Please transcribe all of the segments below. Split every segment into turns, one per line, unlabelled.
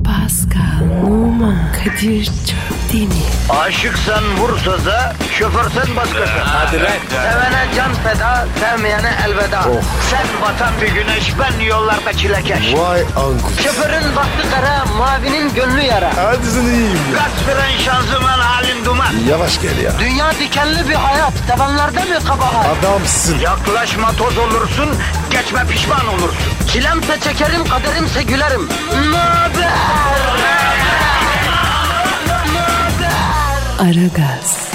Pascal, Oman, Kadir çok değil mi?
Aşıksan vursa da, şoförsen başkasın.
Hadi lan.
Sevene can feda, sevmeyene elveda. Sen batan bir güneş, ben yollarda çilekeş.
Vay anku.
Şoförün baktı kara, mavinin gönlü yara.
Hadi sen iyiyim ya.
Kasperen şanzıman halin duman.
Yavaş gel ya.
Dünya dikenli bir hayat, sevenlerde mi kabahar?
Adamsın.
Yaklaşma toz olursun, geçme pişman olursun. Çilemse çekerim, kaderimse gülerim. Möber!
Aragaz.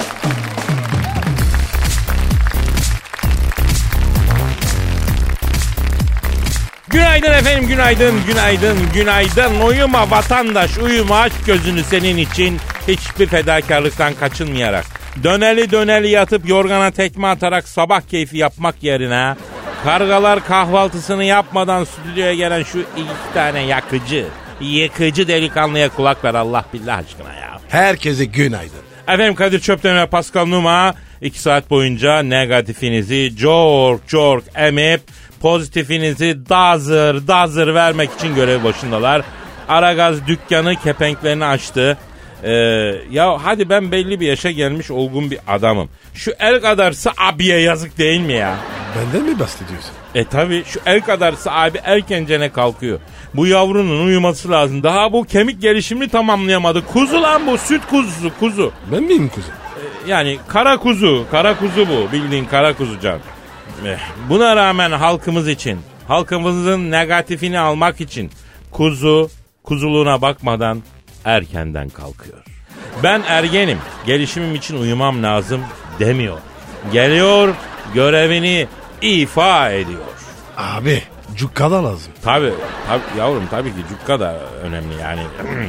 Günaydın efendim, günaydın. Uyuma vatandaş, uyuma, aç gözünü senin için. Hiçbir fedakarlıktan kaçınmayarak. Döneli yatıp yorgana tekme atarak sabah keyfi yapmak yerine kargalar kahvaltısını yapmadan stüdyoya gelen şu iki tane yıkıcı delikanlıya kulak ver Allah billah aşkına ya.
Herkese günaydın.
Efendim Kadir Çöptemir ve Pascal Numa 2 saat boyunca negatifinizi çok emip pozitifinizi dazır vermek için görev başındalar. Aragaz dükkanı kepenklerini açtı. Ya hadi ben belli bir yaşa gelmiş olgun bir adamım. Şu el kadarsa abiye yazık değil mi ya?
Benden mi bahsediyorsun?
Tabi şu el kadarsa abi erkencene kalkıyor. Bu yavrunun uyuması lazım. Daha bu kemik gelişimini tamamlayamadı. Kuzu lan bu, süt kuzu.
Ben miyim kuzu?
Yani kara kuzu bu, bildiğin kara kuzu can. Buna rağmen halkımızın negatifini almak için kuzuluğuna bakmadan erkenden kalkıyor. Ben ergenim, gelişimim için uyumam lazım demiyor. Geliyor, görevini ifa ediyor.
Abi cukka da lazım.
Tabii yavrum, tabii ki cukka da önemli yani.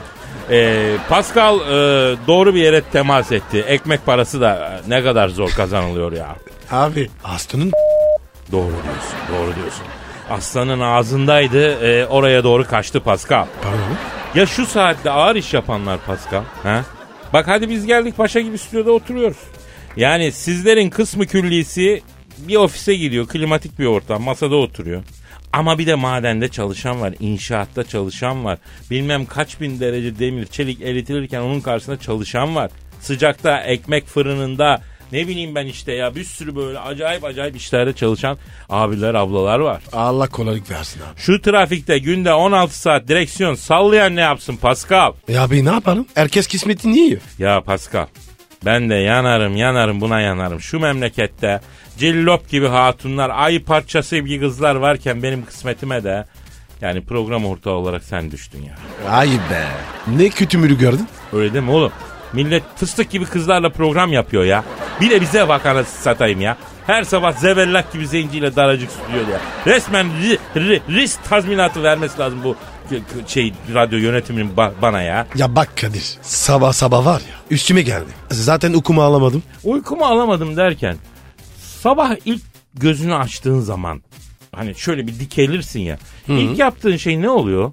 Pascal doğru bir yere temas etti. Ekmek parası da ne kadar zor kazanılıyor ya.
Abi aslanın
Doğru diyorsun. Aslanın ağzındaydı, oraya doğru kaçtı Pascal.
pardon.
Ya şu saatte ağır iş yapanlar Pascal. Ha? Bak hadi biz geldik, paşa gibi stüdyoda oturuyoruz. Yani sizlerin kısmı küllisi bir ofise gidiyor, klimatik bir ortam, masada oturuyor. Ama bir de madende çalışan var, inşaatta çalışan var. Bilmem kaç bin derece demir, çelik eritilirken onun karşısında çalışan var. Sıcakta ekmek fırınında, ne bileyim ben işte ya, bir sürü böyle acayip işlerde çalışan abiler, ablalar var.
Allah kolaylık versin abi.
Şu trafikte günde 16 saat direksiyon sallayan ne yapsın Pascal?
Abi ne yapalım? Herkes kismetini yiyor.
Ya Pascal, ben de yanarım buna yanarım. Şu memlekette cillop gibi hatunlar, ay parçası gibi kızlar varken benim kısmetime de yani program ortağı olarak sen düştün ya.
Ay be. Ne kötü mürü gördün?
Öyle değil mi oğlum? Millet fıstık gibi kızlarla program yapıyor ya. Bir de bize bak anasını satayım ya. Her sabah zevellak gibi zenciyle daracık stüdyoda ya. Resmen risk tazminatı vermesi lazım bu radyo yönetiminin bana ya.
Ya bak Kadir, sabah var ya, üstüme geldi. Zaten uykumu alamadım.
Uykumu alamadım derken sabah ilk gözünü açtığın zaman hani şöyle bir dikelirsin ya. İlk yaptığın şey ne oluyor?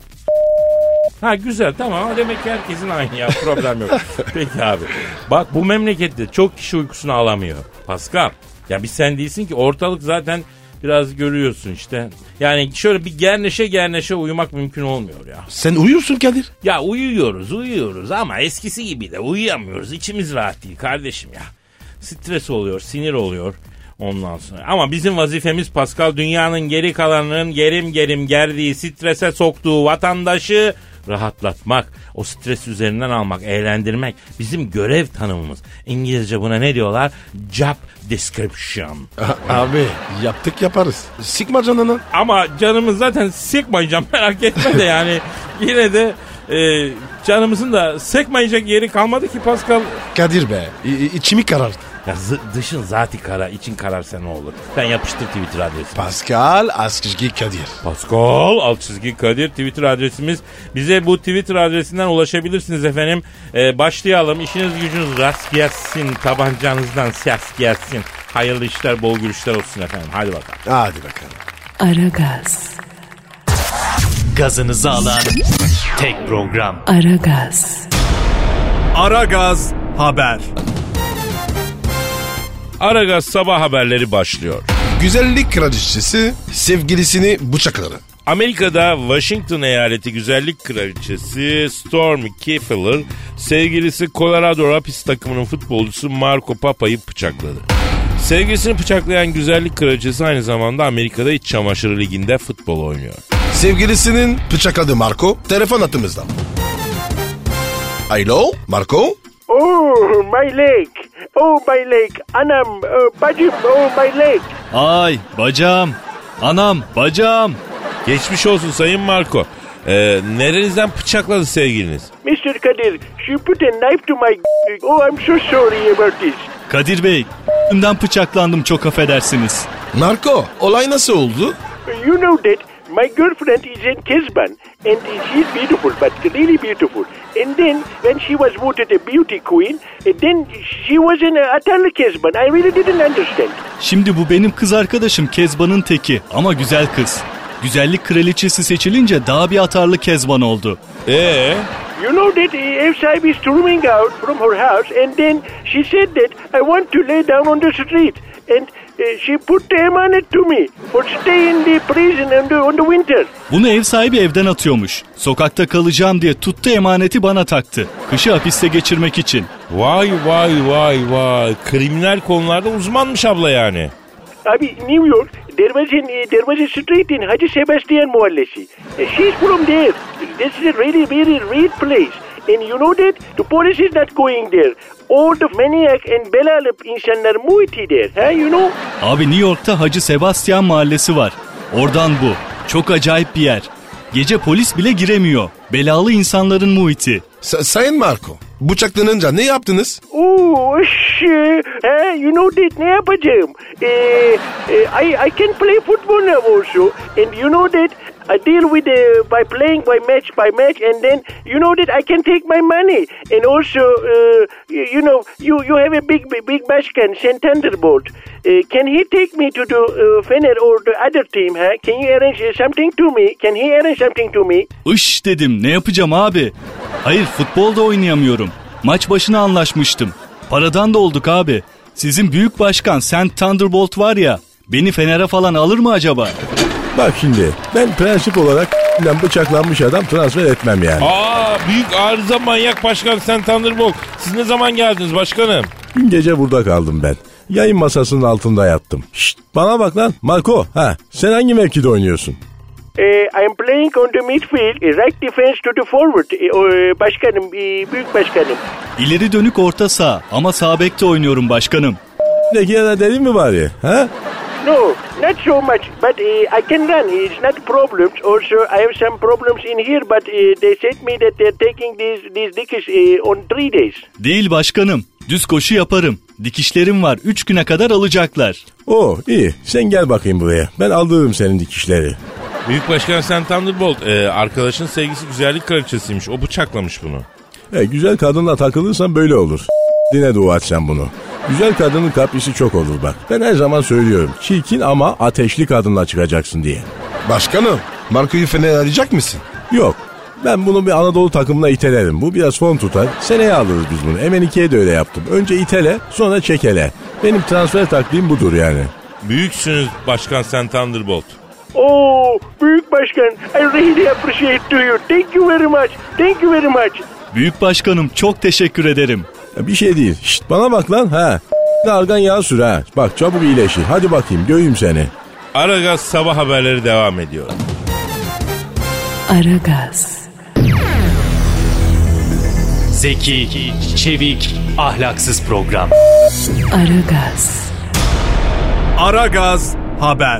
Ha güzel, tamam, demek ki herkesin aynı ya, problem yok. Peki abi, bak bu memlekette çok kişi uykusunu alamıyor Pascal. Ya bir sen değilsin ki, ortalık zaten biraz görüyorsun işte. Yani şöyle bir gerneşe uyumak mümkün olmuyor ya.
Sen uyuyorsun Kadir.
Ya uyuyoruz ama eskisi gibi de uyuyamıyoruz. İçimiz rahat değil kardeşim ya. Stres oluyor, sinir oluyor ondan sonra. Ama bizim vazifemiz Pascal, dünyanın geri kalanının gerim gerdiği, strese soktuğu vatandaşı rahatlatmak, o stres üzerinden almak, eğlendirmek bizim görev tanımımız. İngilizce buna ne diyorlar? Job description.
Abi yaptık yaparız. Sıkma canını.
Ama canımız zaten sıkmayacağım, merak etme de yani yine de canımızın da sıkmayacak yeri kalmadı ki Pascal.
Kadir be, içimi kararttı.
Ya dışın zati kara, için kararsa ne olur? Sen yapıştır Twitter adresini.
Pascal _ Kadir.
Pascal _ Kadir Twitter adresimiz. Bize bu Twitter adresinden ulaşabilirsiniz efendim. Başlayalım. İşiniz gücünüz rast gelsin. Tabancanızdan ses gelsin. Hayırlı işler, bol gülüşler olsun efendim. Hadi bakalım.
Hadi bakalım.
Aragaz.
Gazınızı alan tek program.
Aragaz.
Aragaz Haber.
Aragaz sabah haberleri başlıyor.
Güzellik kraliçesi sevgilisini bıçakladı.
Amerika'da Washington eyaleti güzellik kraliçesi Stormy Kefauver sevgilisi Colorado Rapids takımının futbolcusu Marco Papa'yı bıçakladı. Sevgilisini bıçaklayan güzellik kraliçesi aynı zamanda Amerika'da iç çamaşırı liginde futbol oynuyor.
Sevgilisinin bıçakladığı Marco telefon hattımızda. Alo Marco?
Oh my leg. Oh my leg. Anam, bacım, oh my leg.
Ay bacağım. Anam bacağım.
Geçmiş olsun Sayın Marco. Nerenizden bıçakladı sevgiliniz?
Mr. Kadir, she put a knife to my... Oh, I'm so sorry about this.
Kadir Bey, bıçaklandım, çok affedersiniz.
Marco, olay nasıl oldu?
You know that my girlfriend is in Kezban and she's beautiful, but really beautiful. And then when she was voted a beauty queen, then she was in Atarlı Kezban. I really didn't understand.
Şimdi bu benim kız arkadaşım Kezban'ın teki ama güzel kız. Güzellik kraliçesi seçilince daha bir atarlı Kezban oldu.
You know that ev sahibi is storming out from her house and then she said that I want to lay down on the street. And she put the emanet to me for stay in the prison on the winter.
Bunu ev sahibi evden atıyormuş. Sokakta kalacağım diye tuttu emaneti bana taktı. Kışı hapiste geçirmek için.
Vay. Kriminal konularda uzmanmış abla yani.
Abi New York, there was a street in Hacı Sebastian Mahallesi. She's from there. This is a really very rare place. And you know that the police is not going there. All the maniac and belalı insanlar muhiti there. You know?
Abi New York'ta Hacı Sebastian Mahallesi var. Oradan bu. Çok acayip bir yer. Gece polis bile giremiyor. Belalı insanların muhiti.
Sayın Marco, bıçaklanınca ne yaptınız?
You know that ne yapacağım? I can play football now also. And you know that I deal with by playing by match, and then you know that I can take my money. And also, you know, you have a big başkan, Sen Thunderbolt. Can he take me to the Fener or the other team? Can you arrange something to me? Can he arrange something to me?
Iş dedim, ne yapacağım abi? Hayır, futbolda oynayamıyorum. Maç başına anlaşmıştım. Paradan da olduk abi. Sizin büyük başkan Sen Thunderbolt var ya, beni Fener'e falan alır mı acaba?
Bak şimdi, ben prensip olarak bıçaklanmış adam transfer etmem yani.
Büyük arıza manyak başkan Sen Thunderbolt. Siz ne zaman geldiniz başkanım?
Dün gece burada kaldım ben. Yayın masasının altında yattım. Şşt, bana bak lan Marco. Sen hangi mevkide oynuyorsun?
I'm playing on the midfield, right defense to the forward. Başkanım, büyük başkanım.
İleri dönük orta saha ama sağ bekte oynuyorum başkanım.
Peki ya derin mi bari?
No, not so much, but I can run. It's not problems. Also, I have some problems in here, but they said me that they're taking these dikiş on 3 days.
Değil başkanım. Düz koşu yaparım. Dikişlerim var. 3 güne kadar alacaklar.
İyi. Sen gel bakayım buraya. Ben aldırırım senin dikişleri.
Büyük başkan Sen Thunderbolt, arkadaşın sevgisi güzellik kraliçesiymiş. O bıçaklamış bunu.
Güzel kadınla takılırsan böyle olur. Dine dua et sen bunu. Güzel kadının kaprisi çok olur bak. Ben her zaman söylüyorum. Çirkin ama ateşli kadınla çıkacaksın diye.
Başkanım, Marco'yu Fener'e arayacak mısın?
Yok. Ben bunu bir Anadolu takımına itelerim. Bu biraz form tutar. Seneye alırız biz bunu. MN2'ye de öyle yaptım. Önce itele, sonra çekele. Benim transfer taktiğim budur yani.
Büyüksünüz başkan Sen Thunderbolt.
Büyük başkan, I really appreciate you. Thank you very much. Thank you very much.
Büyük başkanım, çok teşekkür ederim.
Bir şey değil. Şşt, bana bak lan. Argan yağı sür Bak çabuk iyileşir. Hadi bakayım göreyim seni.
Aragaz sabah haberleri devam ediyor.
Aragaz.
Zeki, çevik, ahlaksız program.
Aragaz.
Aragaz haber.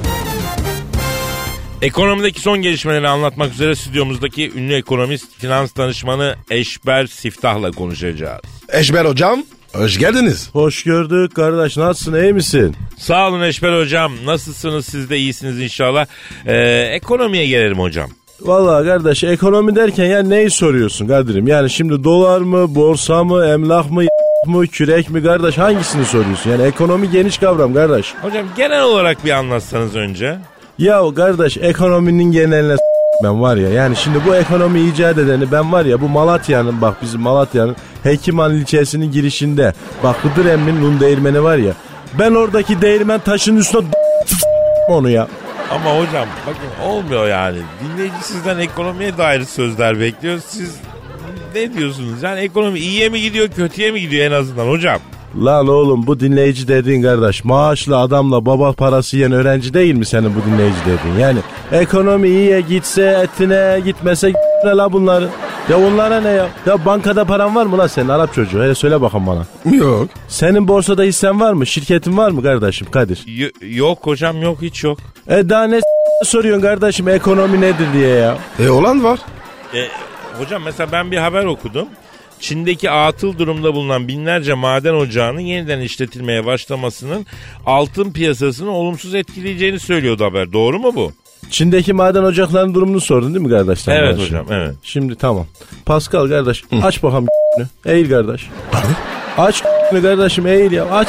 Ekonomideki son gelişmeleri anlatmak üzere stüdyomuzdaki ünlü ekonomist, finans danışmanı Eşber Siftah'la konuşacağız.
Eşber hocam, hoş geldiniz.
Hoş gördük kardeş, nasılsın, iyi misin?
Sağ olun Eşber hocam, nasılsınız, siz de iyisiniz inşallah. Ekonomiye gelelim hocam.
Vallahi kardeş, ekonomi derken ya neyi soruyorsun Kadir'im? Yani şimdi dolar mı, borsa mı, emlak mı, kürek mi kardeş, hangisini soruyorsun? Yani ekonomi geniş kavram kardeş.
Hocam genel olarak bir anlatsanız önce.
Ya kardeş, ekonominin geneline ben var ya, yani şimdi bu ekonomi icat edeni ben var ya, bu Malatya'nın, bak bizim Malatya'nın Hekiman ilçesinin girişinde bak Hıdır Emmi'nin un değirmeni var ya, ben oradaki değirmen taşının üstüne onu ya.
Ama hocam bakın olmuyor yani. Dinleyici sizden ekonomiye dair sözler bekliyor. Siz ne diyorsunuz? Yani ekonomi iyiye mi gidiyor, kötüye mi gidiyor en azından hocam?
Lan oğlum bu dinleyici dediğin kardeş maaşlı adamla baba parası yiyen öğrenci değil mi senin bu dinleyici dediğin? Yani ekonomi iyiye gitse etine gitmese ne la bunları? Ya onlara ne ya? Ya bankada paran var mı lan senin Arap çocuğu? Hele söyle bakalım bana.
Yok.
Senin borsada hissen var mı? Şirketin var mı kardeşim Kadir?
Yok hocam yok hiç yok.
Daha ne soruyorsun kardeşim ekonomi nedir diye ya?
Olan var.
Hocam mesela ben bir haber okudum. Çin'deki atıl durumda bulunan binlerce maden ocağının yeniden işletilmeye başlamasının altın piyasasını olumsuz etkileyeceğini söylüyordu haber. Doğru mu bu?
Çin'deki maden ocaklarının durumunu sordun değil mi kardeş?
Evet hocam evet.
Şimdi tamam. Pascal kardeş aç bakalım eğil kardeş.
Pardon?
Aç kardeşim eğil ya. Aç.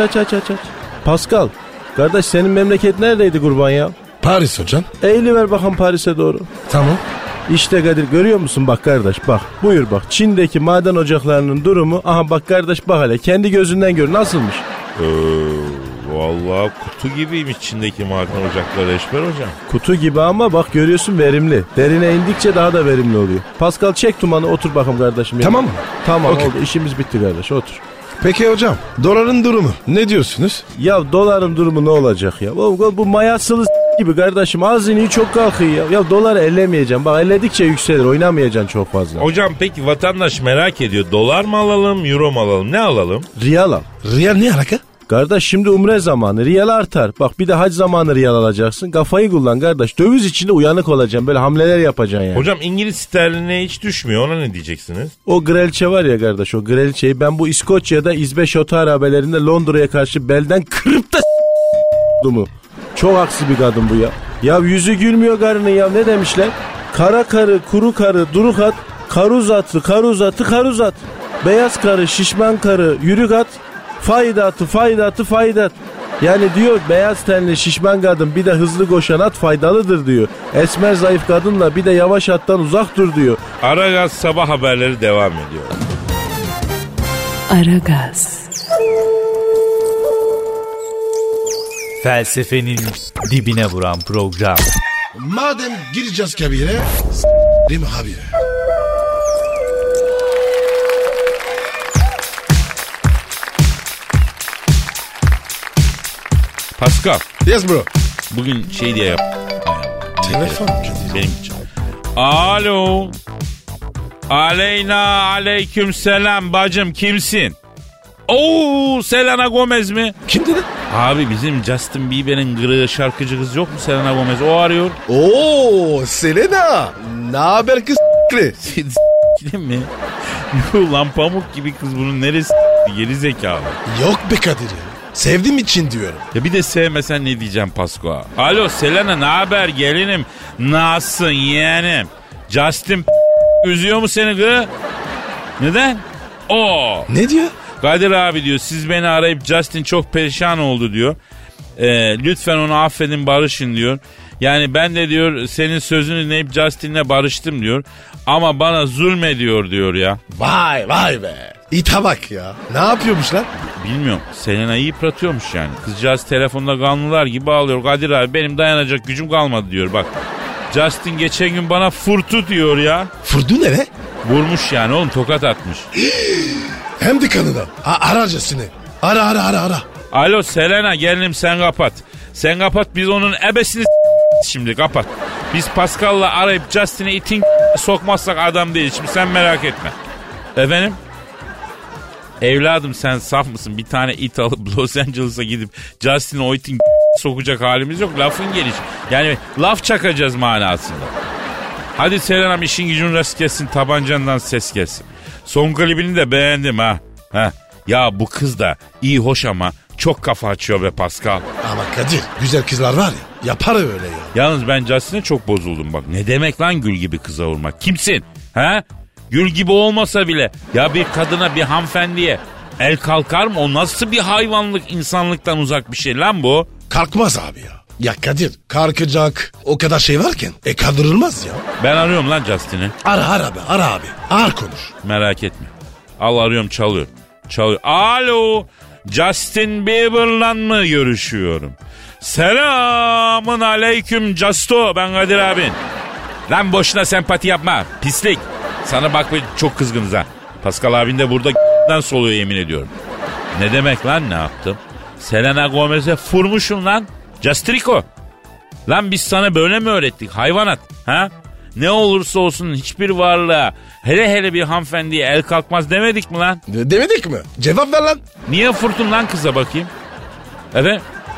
Pascal kardeş senin memleket neredeydi kurban ya?
Paris hocam.
Eğiliver bakalım Paris'e doğru.
Tamam.
İşte Kadir görüyor musun bak kardeş bak buyur bak Çin'deki maden ocaklarının durumu aha bak kardeş bak hele kendi gözünden gör nasılmış?
Vallahi kutu gibiymiş Çin'deki maden ocakları Eşber hocam.
Kutu gibi ama bak görüyorsun verimli. Derine indikçe daha da verimli oluyor. Pascal çek tumanı otur bakalım kardeşim.
Tamam mı?
Tamam
Okay.
oldu işimiz bitti kardeş otur.
Peki hocam doların durumu ne diyorsunuz?
Ya doların durumu ne olacak ya? Bu mayasılı gibi kardeşim az iniyor çok kalkıyor ya. Ya doları ellemeyeceğim bak elledikçe yükselir oynamayacaksın çok fazla.
Hocam peki vatandaş merak ediyor dolar mı alalım euro mu alalım ne alalım?
Riyal al.
Riyal ne alaka?
Kardeş şimdi umre zamanı riyal artar. Bak bir de hac zamanı riyal alacaksın. Kafayı kullan kardeş. Döviz içinde uyanık olacaksın. Böyle hamleler yapacaksın yani.
Hocam İngiliz sterline hiç düşmüyor. Ona ne diyeceksiniz?
O grelçe var ya kardeş o grelçeyi ben bu İskoçya'da İzbeş Oto Arabelerinde Londra'ya karşı belden kırıp da mu? Çok aksi bir kadın bu ya. Ya yüzü gülmüyor karının ya ne demişler? Kara karı, kuru karı, duruk at, karuzatı, karuzat. Beyaz karı, şişman karı, yürük at. Faydat. Yani diyor beyaz tenli şişman kadın bir de hızlı koşan at faydalıdır diyor. Esmer zayıf kadınla bir de yavaş attan uzak dur diyor.
Aragaz sabah haberleri devam ediyor.
Aragaz.
Felsefenin dibine vuran program.
Madem gireceğiz kabire değil mi habire?
Pascal.
Yes bro.
Bugün şey diye yap.
Telefon.
Benim için. Alo. Aleyna aleyküm selam bacım kimsin? Oo Selena Gomez mi?
Kim dedi?
Abi bizim Justin Bieber'in gırığı şarkıcı kız yok mu Selena Gomez? O arıyor.
Oo Selena. Ne haber kız
Değil mi? Lan pamuk gibi kız bunun neresi geri zekalı.
Yok be Kadir ya. Sevdiğim için diyorum.
Ya bir de sevmesen ne diyeceğim Pasko? Alo Selena ne haber gelinim? Nasılsın yeğenim? Justin üzüyor mu seni kız? Neden?
Ne diyor?
Kadir abi diyor siz beni arayıp Justin çok perişan oldu diyor. Lütfen onu affedin barışın diyor. Yani ben de diyor senin sözünü dinleyip Justin'le barıştım diyor. Ama bana zulmediyor diyor ya.
Vay be. İta bak ya. Ne yapıyormuş lan?
Bilmiyorum. Selena'yı yıpratıyormuş yani. Kızcağız telefonda kanlılar gibi ağlıyor. Kadir abi benim dayanacak gücüm kalmadı diyor bak. Justin geçen gün bana furtu diyor ya.
Furdu ne be?
Vurmuş yani oğlum tokat atmış.
Hem de kanıda. Aracısını. Ara.
Alo Selena gelinim sen kapat. Sen kapat biz onun ebesini şimdi kapat. Biz Pascal'la arayıp Justin'i itin sokmazsak adam değil. Şimdi sen merak etme. Efendim? Evladım sen saf mısın? Bir tane it alıp Los Angeles'a gidip Justin'i o itin sokacak halimiz yok. Lafın geliş. Yani laf çakacağız manasında. Hadi Selena'm işin gücün rast gelsin. Tabancandan ses gelsin. Son klibini de beğendim ha. Ya bu kız da iyi hoş ama çok kafa açıyor be Pascal.
Ama Kadir güzel kızlar var ya yapar öyle ya.
Yalnız ben Justin'e çok bozuldum bak. Ne demek lan gül gibi kıza vurmak? Kimsin? Ha? Gül gibi olmasa bile ya bir kadına bir hanımefendiye el kalkar mı? O nasıl bir hayvanlık insanlıktan uzak bir şey lan bu?
Kalkmaz abi ya. Ya Kadir kalkacak o kadar şey varken kaldırılmaz ya.
Ben arıyorum lan Justin'i.
Ara abi. Ağır konuş.
Merak etme. Al arıyorum çalıyor. Alo. Justin Bieber'la mı görüşüyorum? Selamın aleyküm Casto, ben Kadir abin. Lan boşuna sempati yapma pislik. Sana bak çok kızgınız ha. Pascal abin de burada soluyor yemin ediyorum. Ne demek lan ne yaptım? Selena Gomez'e vurmuşsun lan. Castriko. Lan biz sana böyle mi öğrettik hayvanat? Ha? Ne olursa olsun hiçbir varlığa, hele bir hanımefendiye el kalkmaz demedik mi lan?
Demedik mi? Cevap ver lan.
Niye fırtın lan kıza bakayım? Evet.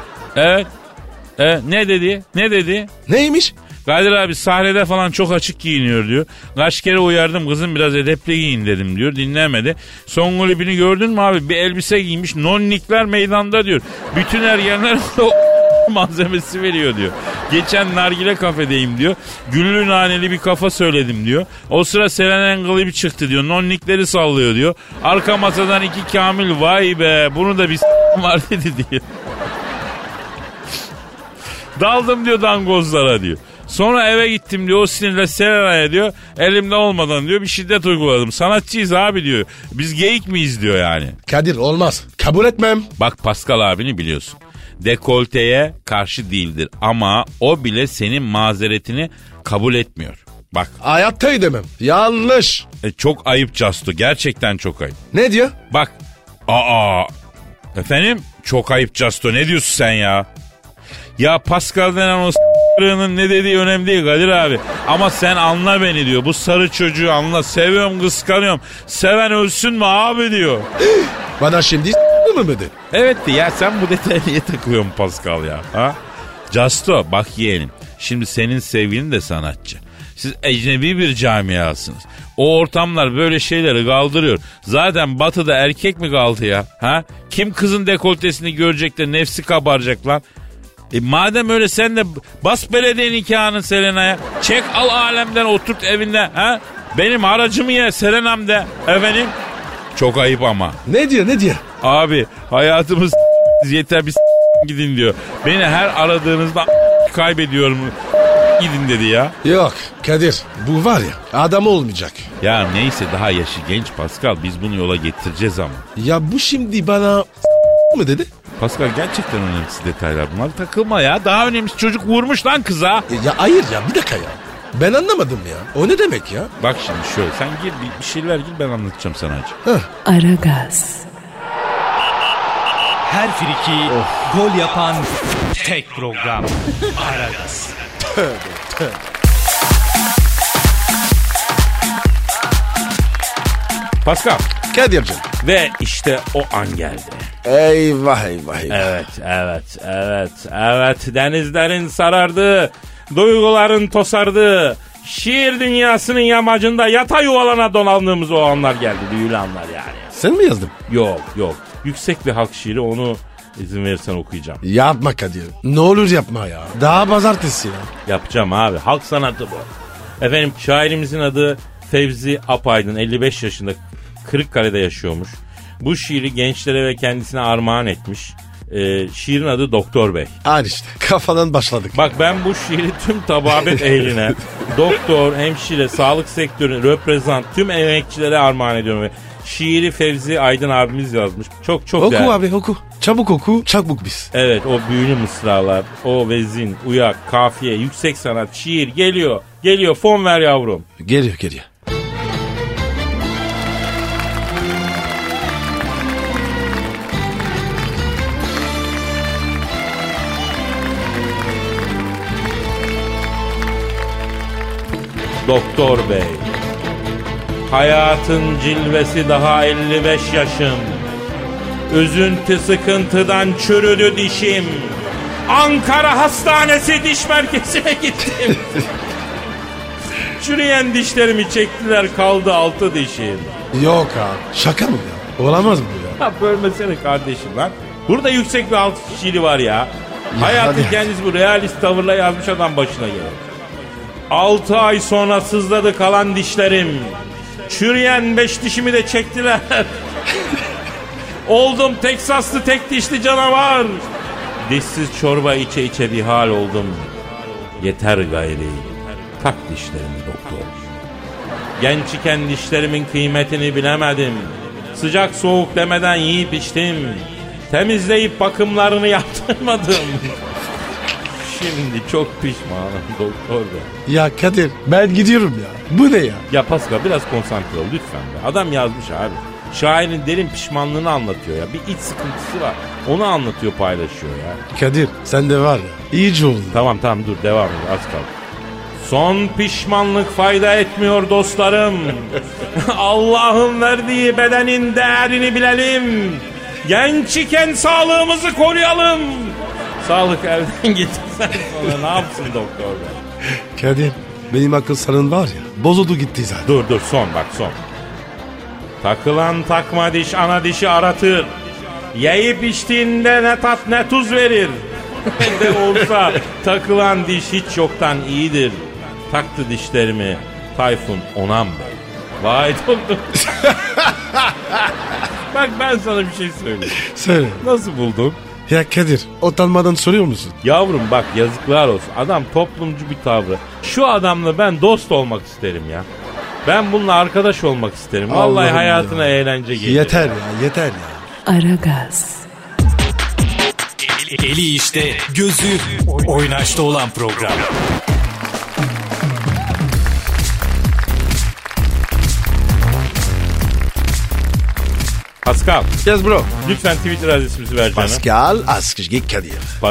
Ne dedi?
Neymiş?
Kadir abi sahnede falan çok açık giyiniyor diyor. Kaç kere uyardım kızım biraz edepli giyin dedim diyor. Dinlemedi. Son klibini gördün mü abi? Bir elbise giymiş. Nonnikler meydanda diyor. Bütün ergenler malzemesi veriyor diyor. Geçen nargile kafedeyim diyor. Güllü naneli bir kafa söyledim diyor. O sıra Selena'nın klibi çıktı diyor. Nonnikleri sallıyor diyor. Arka masadan 2 Kamil vay be bunu da bir var dedi diyor. Daldım diyor dangozlara diyor. Sonra eve gittim diyor o sinirle Selena'ya diyor. Elimde olmadan diyor bir şiddet uyguladım. Sanatçıyız abi diyor. Biz geyik miyiz diyor yani.
Kadir olmaz. Kabul etmem.
Bak Pascal abini biliyorsun. Dekolteye karşı değildir ama o bile senin mazeretini kabul etmiyor. Bak.
Hayatta demem. Yanlış.
Çok ayıp Casto. Gerçekten çok ayıp.
Ne diyor?
Bak. Efendim? Çok ayıp Casto. Ne diyorsun sen ya? Ya Pascal denen o s***rının ne dediği önemli değil Kadir abi. Ama sen anla beni diyor. Bu sarı çocuğu anla. Seviyorum kıskanıyorum. Seven ölsün mü abi diyor.
Bana şimdi mı dedi?
Evet ya sen bu detaya niye takılıyorsun Pascal ya? Ha? Casto bak yeğenim. Şimdi senin sevgilin de sanatçı. Siz ecnebi bir camiasınız. O ortamlar böyle şeyleri kaldırıyor. Zaten batıda erkek mi kaldı ya? Ha? Kim kızın dekoltesini görecek de nefsi kabaracak lan? Madem öyle sen de bas belediye nikahını Selena'ya. Çek al alemden oturt evinde. Ha? Benim haracımı ye Selena'm de. Efendim? Çok ayıp ama.
Ne diyor?
Abi hayatımız yeter bir gidin diyor. Beni her aradığınızda kaybediyorum. Gidin dedi ya.
Yok Kadir bu var ya adam olmayacak.
Ya neyse daha yaşı genç Pascal biz bunu yola getireceğiz ama.
Ya bu şimdi bana mı dedi?
Pascal gerçekten önemsiz detaylar bunlar takılma ya. Daha önemlisi çocuk vurmuş lan kıza.
Ya hayır ya bir dakika ya. Ben anlamadım ya. O ne demek ya?
Bak şimdi şöyle sen gir bir şeyler gir ben anlatacağım sana acı.
Aragaz.
Her friki gol yapan tek program. Aragaz.
Tövbe.
Pascal.
Kadir'cim.
Ve işte o an geldi.
Eyvah.
Evet. Denizlerin sarardı. Duyguların tosardı. Şiir dünyasının yamacında yata yuvalana donandığımız o anlar geldi. Büyülü anlar yani.
Sen mi yazdın?
Yok. Yüksek bir halk şiiri onu izin verirsen okuyacağım.
Yapma Kadir. Ne olur yapma ya. Daha pazartesi ya.
Yapacağım abi. Halk sanatı bu. Efendim şairimizin adı Fevzi Apaydın. 55 yaşında Kırıkkale'de yaşıyormuş. Bu şiiri gençlere ve kendisine armağan etmiş. Şiirin adı Doktor Bey.
Hadi işte kafadan başladık.
Bak ben bu şiiri tüm tababet ehline, doktor, hemşire, sağlık sektörü, reprezent tüm emekçilere armağan ediyorum. Şiiri Fevzi Aydın abimiz yazmış. Çok
oku
değerli.
Abi oku. Çabuk oku. Çabuk biz.
Evet o büyülü mısralar, o vezin, uyak, kafiye, yüksek sanat, şiir geliyor. Geliyor fon ver yavrum.
Geliyor.
Doktor Bey, hayatın cilvesi daha 55 yaşım. Üzüntü sıkıntıdan çürüdü dişim. Ankara Hastanesi Diş Merkezi'ne gittim. Çürüyen dişlerimi çektiler kaldı 6 dişim.
Yok abi. Şaka mı ya? Olamaz mı bu ya?
Ya bölmesene kardeşim lan. Burada yüksek bir alt şiiri var ya. Hayatın
hadi.
kendisi bu realist tavırla yazmış adam başına gelir. 6 ay sonra sızladı kalan dişlerim. Çürüyen 5 dişimi de çektiler. Oldum Teksaslı tek dişli canavar. Dişsiz çorba içe bir hal oldum. Yeter gayri. Tak dişlerimi doktor. Genç iken dişlerimin kıymetini bilemedim. Sıcak soğuk demeden yiyip içtim. Temizleyip bakımlarını yaptırmadım. Şimdi çok pişmanım doktor bey.
Ya Kadir ben gidiyorum ya. Bu ne ya?
Ya Pascal biraz konsantre ol lütfen be. Adam yazmış abi. Şairin derin pişmanlığını anlatıyor ya. Bir iç sıkıntısı var. Onu anlatıyor, paylaşıyor ya.
Kadir sen de var ya. İyice oldun.
Tamam dur devam et, az kaldı. Son pişmanlık fayda etmiyor dostlarım. Allah'ın verdiği bedenin değerini bilelim. Genç iken sağlığımızı koruyalım. Sağlık elden gittikten sonra ne yapsın doktor bey?
Kadir benim akıl sarın var ya. Bozuldu gitti zaten.
Dur son. Takılan takma diş ana dişi aratır. Yiyip içtiğinde ne tat ne tuz verir. Ne de olsa takılan diş hiç yoktan iyidir. Taktı dişlerimi Tayfun Onan Bey. Vay doktor. Bak ben sana bir şey söyleyeyim.
Söyle.
Nasıl buldun?
Ya Kadir utanmadan soruyor musun?
Yavrum bak yazıklar olsun. Adam toplumcu bir tavrı. Şu adamla ben dost olmak isterim ya. Ben bununla arkadaş olmak isterim. Vallahi
Allah'ım
hayatına
ya.
eğlence gelir.
Yeter ya.
Aragaz,
Eli işte, gözü oynaşta olan program.
Pascal,
Yes bro.
lütfen Twitter adresimizi ver canım.
Pascal Askışgi Kadir.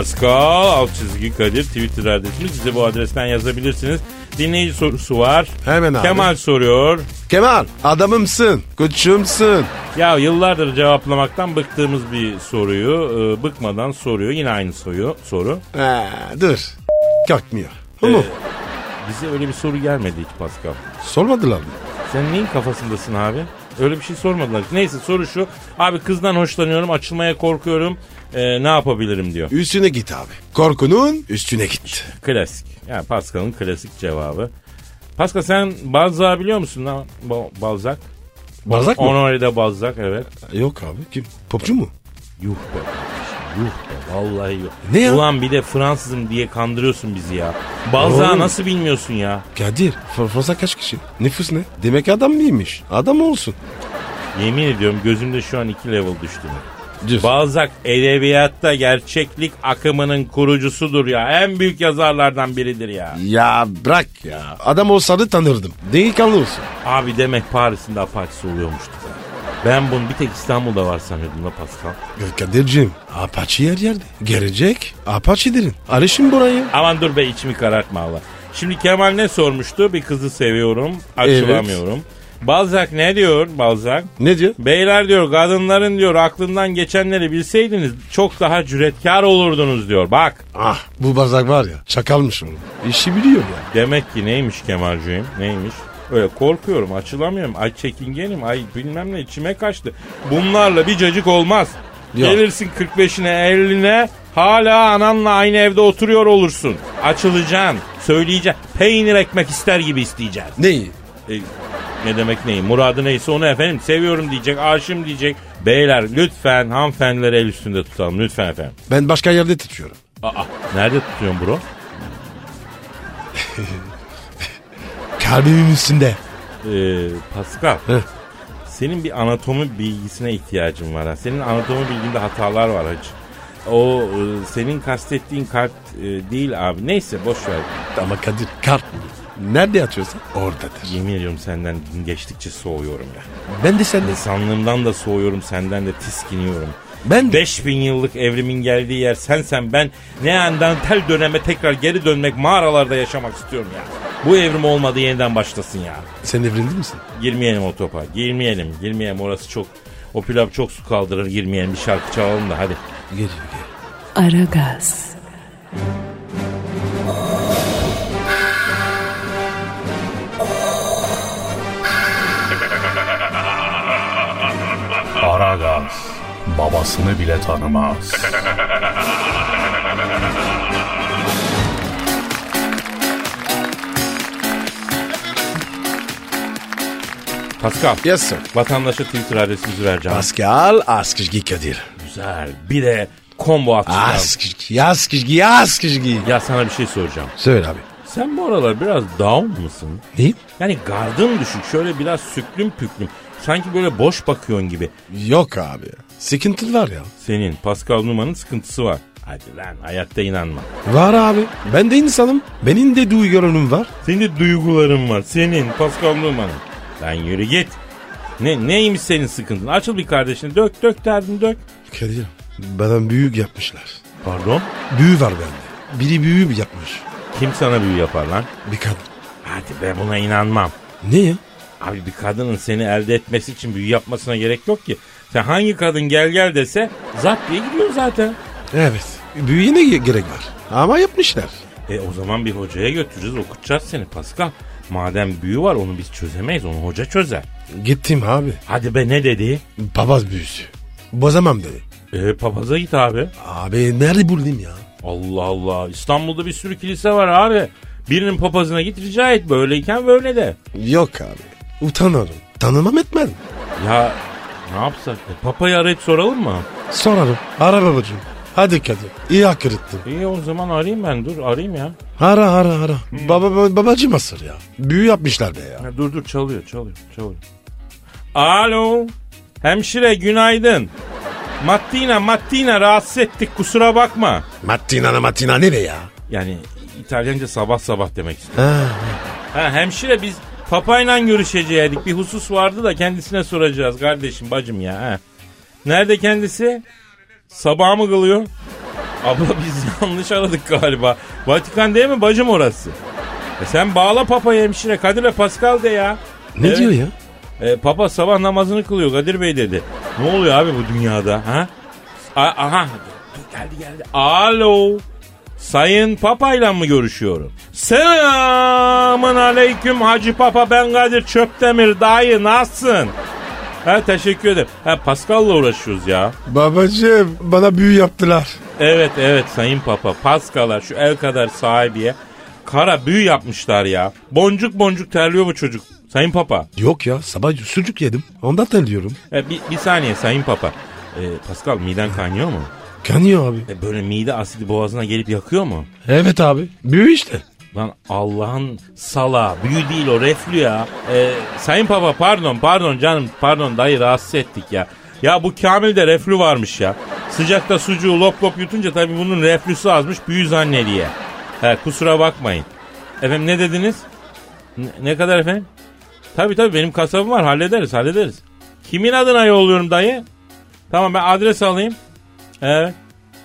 Pascal _Kadir Twitter adresimiz. Bize bu adresten yazabilirsiniz. Dinleyici sorusu var.
Hemen abi.
Kemal soruyor.
Kemal adamımsın. Koçumsun.
Ya yıllardır cevaplamaktan bıktığımız bir soruyu bıkmadan soruyor. Yine aynı soru.
Dur. Kalkmıyor. Ama
Bize öyle bir soru gelmedi hiç Pascal.
sormadılar mı?
Sen neyin kafasındasın abi? Öyle bir şey sormadılar. Neyse soru şu. Abi kızdan hoşlanıyorum, açılmaya korkuyorum. Ne yapabilirim diyor.
Üstüne git abi. Korkunun üstüne git.
Klasik. Yani Pascal'ın klasik cevabı. Pascal sen Balzac'ı biliyor musun lan? Balzac.
Balzac mı?
Honoré de Balzac, evet.
Yok abi. Kim? Popçu mu?
Yuh be kardeşim, yuh be. Vallahi yuh.
Ne ya?
Ulan bir de Fransızım diye kandırıyorsun bizi ya. Balzac'ı
Oğlum.
nasıl bilmiyorsun ya?
Kadir. Fransa kaç kişi? Nüfus ne? Demek adam mıymış? Adam olsun.
Yemin ediyorum gözümde şu an 2 level düştü.
Diyorsun.
Balzac edebiyatta gerçeklik akımının kurucusudur ya. En büyük yazarlardan biridir ya.
Ya bırak ya. Adam olsaydı tanırdım. Delikanlı olsun.
Abi demek Paris'in de Apache'si oluyormuştu. Ben bunu bir tek İstanbul'da var sanıyordum da Pascal.
Kadir'cim Apache yer yerde. Gelecek Apache derin. Arışın burayı.
Aman dur be içimi karartma Allah. Şimdi Kemal ne sormuştu? Bir kızı seviyorum, açılamıyorum. Balzac ne diyor Balzac?
Ne diyor?
Beyler diyor kadınların diyor aklından geçenleri bilseydiniz çok daha cüretkar olurdunuz diyor. Bak.
Ah bu Balzac var ya çakalmış onu. İşi biliyor ya.
Demek ki neymiş Kemalciğim? Neymiş? Öyle korkuyorum, açılamıyorum. Ay çekingenim, ay bilmem ne içime kaçtı. Bunlarla bir cacık olmaz.
Yok.
Gelirsin 45'ine 50'ne hala ananla aynı evde oturuyor olursun. Açılacaksın, söyleyeceksin. Peynir ekmek ister gibi isteyeceksin.
Neyi?
Ne demek neyi? Muradı neyse onu efendim seviyorum diyecek, aşığım diyecek. Beyler lütfen hanımefendileri el üstünde tutalım lütfen efendim.
Ben başka yerde tutuyorum.
Nerede tutuyorsun bro?
Kalbimin üstünde.
Pascal.
Heh.
Senin bir anatomi bilgisine ihtiyacın var. Ha. Senin anatomi bilginde hatalar var hacı. O senin kastettiğin kalp değil abi. Neyse boş ver.
Ama Kadir kalp mı? Nerede yatıyorsan oradadır.
Yemin ediyorum senden gün geçtikçe soğuyorum ya.
Ben de senden.
İnsanlığımdan da soğuyorum, senden de tiskiniyorum.
Ben de.
5000 yıllık evrimin geldiği yer sensen ben Neandertal döneme tekrar geri dönmek, mağaralarda yaşamak istiyorum ya. Bu evrim olmadı yeniden başlasın ya.
Sen evlendi misin?
Girmeyelim o topa. Girmeyelim. Orası çok, o pilav çok su kaldırır. Girmeyelim, bir şarkı çalalım da hadi.
Geliyor.
Aragaz,
Aragaz babasını bile tanımaz.
Pascal,
Yes sir.
vatandaşa Twitter adresimizi vereceğim.
Pascal Askışgi Kadir.
Güzel. Bir de combo atacağız.
Askışgi.
Ya sana bir şey soracağım.
Söyle abi.
Sen bu aralar biraz down mısın?
Neyim?
Yani gardın düşük. Şöyle biraz süklüm püklüm. Sanki böyle boş bakıyorsun gibi.
Yok abi. Sıkıntı var ya.
Senin Pascal Numa'nın sıkıntısı var. Hadi lan hayatta inanma.
Var abi. Ben de insanım. Benim de duygularım var.
Senin de duyguların var. Senin Pascal Numan'ın. Lan yürü git. Neymiş senin sıkıntın? Açıl bir kardeşine. Dök derdini dök.
Kadir bana büyük yapmışlar.
Pardon?
Büyü var bende. Biri büyü yapmış.
Kim sana büyü yapar lan?
Bir kadın.
Hadi be buna inanmam.
Ne ya?
Abi bir kadının seni elde etmesi için büyü yapmasına gerek yok ki. Sen hangi kadın gel dese zat diye gidiyor zaten.
Evet. Büyüye ne gerek var? Ama yapmışlar.
O zaman bir hocaya götüreceğiz, okutacağız seni Pascal. Madem büyü var onu biz çözemeyiz, onu hoca çözer.
Gittim abi.
Hadi be ne dedi?
Papaz büyüsü. Bozamam dedi.
Papaza git abi.
Abi nerede bulayım ya?
Allah Allah, İstanbul'da bir sürü kilise var abi. Birinin papazına git rica et, böyleyken böyle de.
Yok abi. Utanırım. Tanımam etmem.
Ya ne yapsak? Papayı arayıp soralım mı?
Sorarım. Ara babacığım. Hadi Kadir. İyi hak ettin.
İyi o zaman arayayım ben, dur arayayım ya.
Ara. Babacığım asır ya. Büyü yapmışlar be ya.
Dur çalıyor. Alo. Hemşire günaydın. Mattina rahatsız ettik, kusura bakma.
Mattina ne be ya?
Yani İtalyanca sabah demek istiyorum. Hemşire biz papayla görüşecektik. Bir husus vardı da kendisine soracağız kardeşim bacım ya. Nerede kendisi? Sabah mı kılıyor? Abla biz yanlış aradık galiba. Vatikan değil mi bacım orası? Sen bağla papayı hemşire. Kadir ve Pascal de ya.
Ne diyor ya?
Papa sabah namazını kılıyor Kadir Bey dedi. Ne oluyor abi bu dünyada? Ha? Aha geldi. Alo. Sayın Papa'yla mı görüşüyorum? Selamun aleyküm Hacı Papa, ben Kadir Çöptemir dayı, nasılsın? Teşekkür ederim. Pascal'la uğraşıyoruz ya.
Babacığım bana büyü yaptılar.
Evet Sayın Papa, Pascal'a şu el kadar sahibiye kara büyü yapmışlar ya. Boncuk terliyor bu çocuk. Sayın Papa.
Yok ya, sabah sucuk yedim. Ondan terliyorum.
Bir saniye Sayın Papa. Pascal miden kaynıyor mu?
Kanıyor abi.
Böyle mide asidi boğazına gelip yakıyor mu?
Evet abi. Büyü işte.
Lan Allah'ın sala. Büyü değil o, reflü ya. Sayın Papa pardon canım. Pardon dayı, rahatsız ettik ya. Ya bu Kamil'de reflü varmış ya. Sıcakta sucuğu lop yutunca tabii bunun reflüsü azmış, büyü zannediye. Kusura bakmayın. Efendim ne dediniz? Ne kadar efendim? Tabii benim kasabım var, hallederiz. Kimin adına yolluyorum dayı? Tamam ben adres alayım. Evet.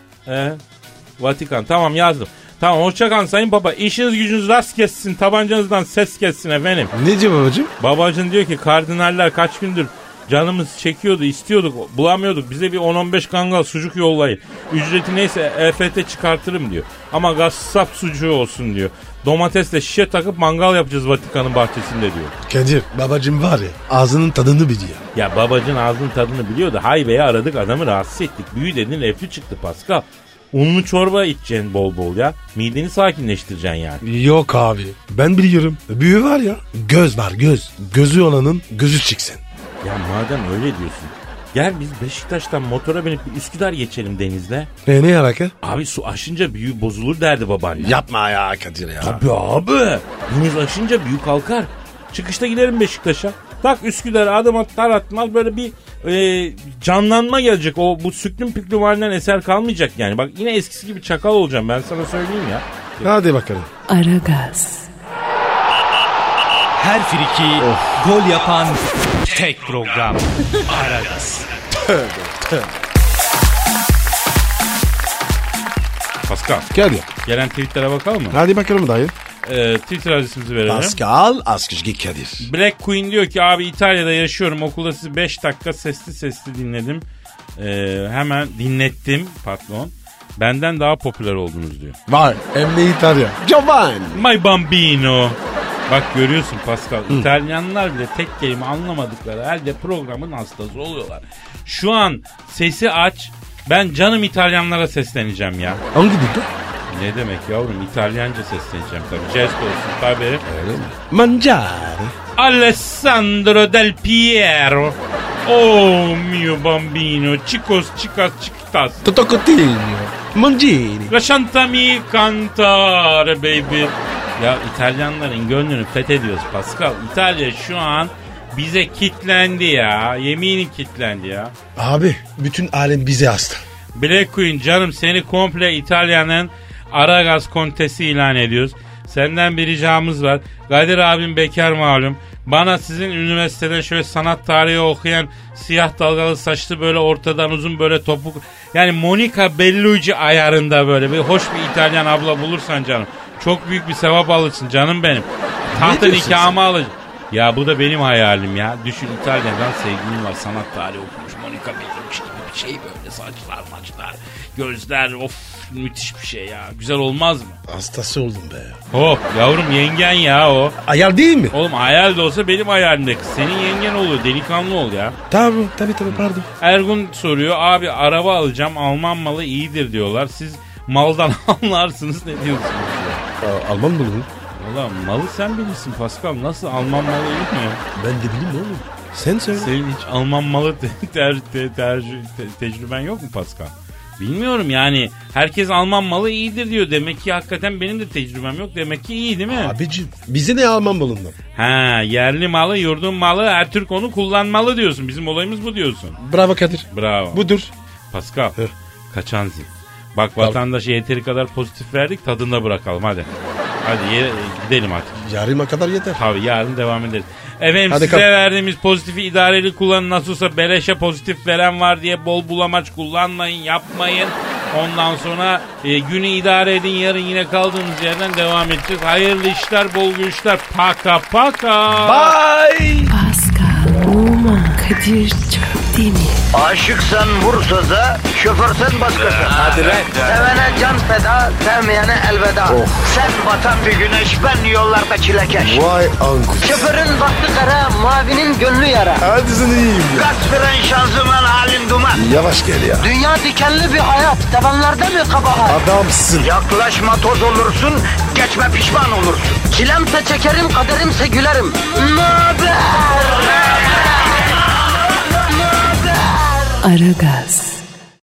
Vatikan, tamam yazdım. Tamam hoşçakalın Sayın Papa. İşiniz gücünüz rast kessin. Tabancanızdan ses kessin efendim.
Ne diyor babacığım?
Babacığım diyor ki kardinaller kaç gündür canımız çekiyordu, istiyorduk, bulamıyorduk. Bize bir 10-15 kangal sucuk yollayın. Ücreti neyse EFT çıkartırım diyor. Ama gassap sucuğu olsun diyor. Domatesle şişe takıp mangal yapacağız Vatikan'ın bahçesinde diyor.
Kadir babacığım var ya, ağzının tadını biliyor.
Ya babacığın ağzının tadını biliyor da haybeyi aradık, adamı rahatsız ettik. Büyü dedin reflü çıktı Pascal. Unlu çorba içeceksin bol ya. Mideni sakinleştireceksin yani.
Yok abi, ben biliyorum. Büyü var ya, göz var göz. Gözü olanın gözü çıksın.
Ya madem öyle diyorsun, gel biz Beşiktaş'tan motora binip bir Üsküdar geçelim denizle.
Ne alaka?
Abi su aşınca büyü bozulur derdi babaanne.
Yapma ya Kadir ya.
Tabii abi. Deniz aşınca büyü kalkar. Çıkışta gidelim Beşiktaş'a. Tak Üsküdar'a adım atar atmaz böyle bir canlanma gelecek. Bu süklüm püklüm halinden eser kalmayacak yani. Bak yine eskisi gibi çakal olacağım, ben sana söyleyeyim ya.
Hadi bakalım.
Aragaz.
Her friki gol yapan tek program. Aragaz.
Pascal.
Gel ya.
Gelen tweetlere bakalım mı?
Hadi bakalım dayı.
Twitter adresimizi verelim.
Pascal Askışgi Kadir.
Black Queen diyor ki abi İtalya'da yaşıyorum. Okulda sizi 5 dakika sesli dinledim. Hemen dinlettim patron. Benden daha popüler oldunuz diyor.
Var. Hem de İtalya. Giovanni.
My bambino. Bak görüyorsun Pascal. İtalyanlar bile tek kelime anlamadıkları halde programın hastası oluyorlar. Şu an sesi aç. Ben canım İtalyanlara sesleneceğim ya.
Hangi dilde?
Ne demek yavrum? İtalyanca sesleneceğim tabii. Jest olsun tabii.
Öyle mi? Mangiare.
Alessandro Del Piero. Oh mio bambino. Chicos, chicas, chiquitas.
Toto Coutinho. Mangini.
Lasciatemi cantare baby. Ya İtalyanların gönlünü fethediyoruz Pascal. İtalya şu an bize kitlendi ya. Yemini kitlendi ya.
Abi bütün alem bize hasta.
Black Queen canım seni komple İtalya'nın Aragaz kontesi ilan ediyoruz. Senden bir ricamız var. Kadir abim bekar malum. Bana sizin üniversiteden şöyle sanat tarihi okuyan siyah dalgalı saçlı böyle ortadan uzun böyle topuk. Yani Monica Bellucci ayarında böyle bir hoş bir İtalyan abla bulursan canım. Çok büyük bir sevap alırsın canım benim. Tahtın nikahımı alacaksın. Ya bu da benim hayalim ya. Düşün İtalya'dan sevgilim var. Sanat tarihi okumuş. Monica Bellucci gibi bir şey böyle. Saçlar maçlar. Gözler of müthiş bir şey ya. Güzel olmaz mı?
Hastası oldum be.
Hop yavrum yengen ya o.
Ayar değil mi?
Oğlum hayal de olsa benim hayalimde kız. Senin yengen oluyor. Delikanlı ol ya.
Tabii pardon.
Ergun soruyor. Abi araba alacağım. Alman malı iyidir diyorlar. Siz maldan anlarsınız ne diyorsunuz?
Alman mı bu?
Ulan malı sen bilirsin Pascal. Nasıl Alman malı iyi mi?
Ben de bileyim oğlum. Sen söyle.
Senin hiç Alman malı tecrüben yok mu Pascal? Bilmiyorum yani. Herkes Alman malı iyidir diyor. Demek ki hakikaten benim de tecrübem yok. Demek ki iyi değil mi?
Abicim bize ne Alman malından?
Ha yerli malı, yurdun malı, her Türk onu kullanmalı diyorsun. Bizim olayımız bu diyorsun.
Bravo Kadir.
Bravo.
Budur.
Pascal. Kaçan zil. Bak vatandaşa yeteri kadar pozitif verdik, tadında bırakalım hadi. Hadi gidelim artık.
Yarına kadar yeter.
Tabii yarın devam ederiz. Efendim
hadi
size verdiğimiz pozitifi idareli kullanın. Nasıl olsa beleşe pozitif veren var diye bol bulamaç kullanmayın, yapmayın. Ondan sonra günü idare edin, yarın yine kaldığımız yerden devam edeceğiz. Hayırlı işler, bol güçler. Paka paka.
Bye.
Pascal, Oman, Kadir çok değil mi?
Aşıksan vursa da, şoförsen başkasın.
Hadi lan.
Sevene can feda, sevmeyene elveda. Sen batan bir güneş, ben yollarda çilekeş.
Vay anku.
Şoförün baktı kara, mavinin gönlü yara.
Hadi sen iyiyim ya.
Kasperen şanzıman halin duman.
Yavaş gel ya.
Dünya dikenli bir hayat, sevenlerde mi kabahar?
Adamsın.
Yaklaşma toz olursun, geçme pişman olursun. Çilemse çekerim, kaderimse gülerim. Möber!
Aragaz.